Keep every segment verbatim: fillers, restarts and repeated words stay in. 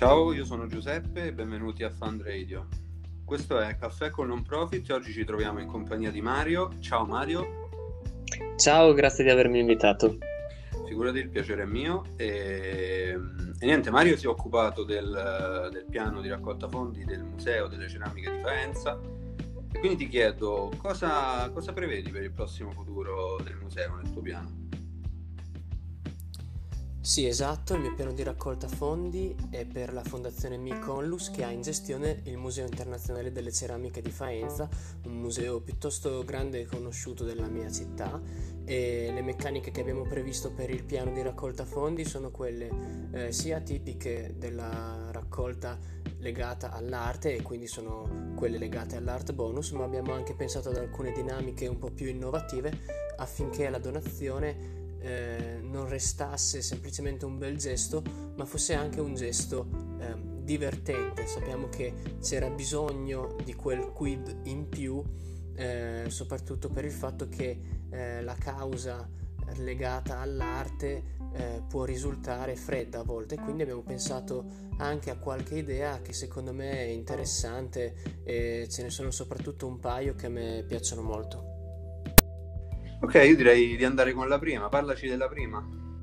Ciao, io sono Giuseppe e benvenuti a Fund Radio. Questo è Caffè con Non Profit e oggi ci troviamo in compagnia di Mario. Ciao Mario. Ciao, grazie di avermi invitato. Figurati, il piacere è mio. E, e niente, Mario si è occupato del, del piano di raccolta fondi del Museo delle Ceramiche di Faenza e quindi ti chiedo cosa, cosa prevedi per il prossimo futuro del museo nel tuo piano? Sì, esatto, il mio piano di raccolta fondi è per la fondazione Mykonos che ha in gestione il Museo Internazionale delle Ceramiche di Faenza, un museo piuttosto grande e conosciuto della mia città, e le meccaniche che abbiamo previsto per il piano di raccolta fondi sono quelle eh, sia tipiche della raccolta legata all'arte, e quindi sono quelle legate all'art bonus, ma abbiamo anche pensato ad alcune dinamiche un po' più innovative affinché la donazione Eh, non restasse semplicemente un bel gesto, ma fosse anche un gesto eh, divertente. Sappiamo che c'era bisogno di quel quid in più, eh, soprattutto per il fatto che eh, la causa legata all'arte eh, può risultare fredda a volte, quindi abbiamo pensato anche a qualche idea che secondo me è interessante, e ce ne sono soprattutto un paio che a me piacciono molto. Ok, io direi di andare con la prima. Parlaci della prima.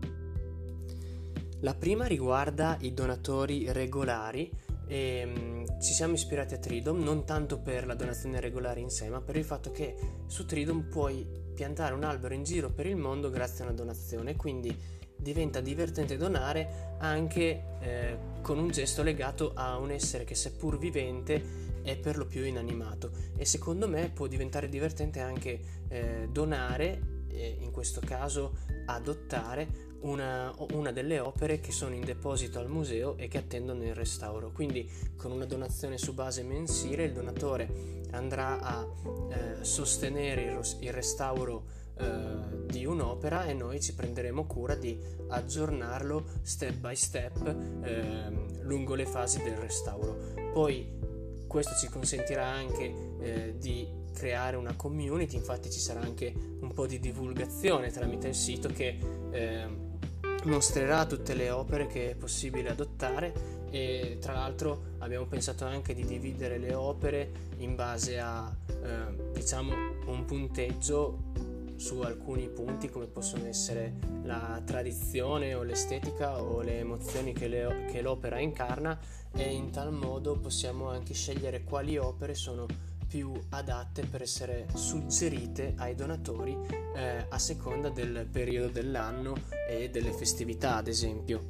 La prima riguarda i donatori regolari e mh, ci siamo ispirati a Tridom non tanto per la donazione regolare in sé, ma per il fatto che su Tridom puoi piantare un albero in giro per il mondo grazie a una donazione, quindi diventa divertente donare anche eh, con un gesto legato a un essere che, seppur vivente, è per lo più inanimato. E secondo me può diventare divertente anche eh, donare, eh, in questo caso adottare una, una delle opere che sono in deposito al museo e che attendono il restauro. Quindi con una donazione su base mensile il donatore andrà a eh, sostenere il, il restauro eh, di un'opera, e noi ci prenderemo cura di aggiornarlo step by step eh, lungo le fasi del restauro. Poi questo ci consentirà anche eh, di creare una community, infatti ci sarà anche un po' di divulgazione tramite il sito che eh, mostrerà tutte le opere che è possibile adottare, e tra l'altro abbiamo pensato anche di dividere le opere in base a eh, diciamo un punteggio su alcuni punti, come possono essere la tradizione o l'estetica o le emozioni che, le, che l'opera incarna, e in tal modo possiamo anche scegliere quali opere sono più adatte per essere suggerite ai donatori eh, a seconda del periodo dell'anno e delle festività, ad esempio.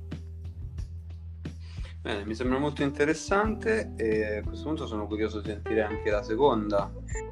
Bene, mi sembra molto interessante e a questo punto sono curioso di sentire anche la seconda.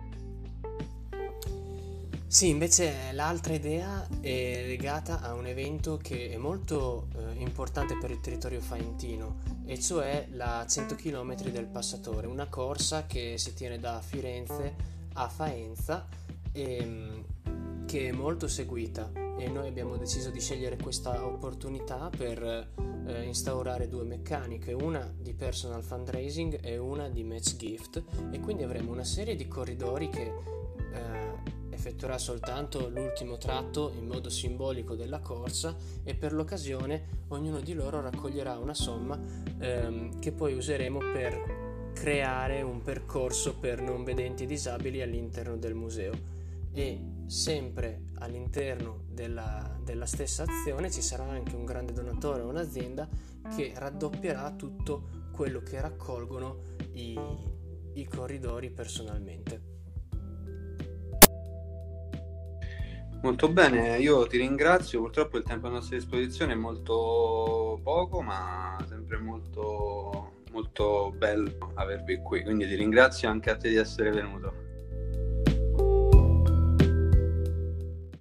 Sì, invece l'altra idea è legata a un evento che è molto eh, importante per il territorio faentino, e cioè la cento chilometri del Passatore, una corsa che si tiene da Firenze a Faenza e che è molto seguita, e noi abbiamo deciso di scegliere questa opportunità per eh, instaurare due meccaniche, una di personal fundraising e una di match gift, e quindi avremo una serie di corridori che eh, effettuerà soltanto l'ultimo tratto in modo simbolico della corsa, e per l'occasione ognuno di loro raccoglierà una somma ehm, che poi useremo per creare un percorso per non vedenti e disabili all'interno del museo. E sempre all'interno della, della stessa azione ci sarà anche un grande donatore o un'azienda che raddoppierà tutto quello che raccolgono i, i corridori personalmente. Molto bene, io ti ringrazio. Purtroppo il tempo a nostra disposizione è molto poco, ma sempre molto, molto bello avervi qui. Quindi ti ringrazio anche a te di essere venuto.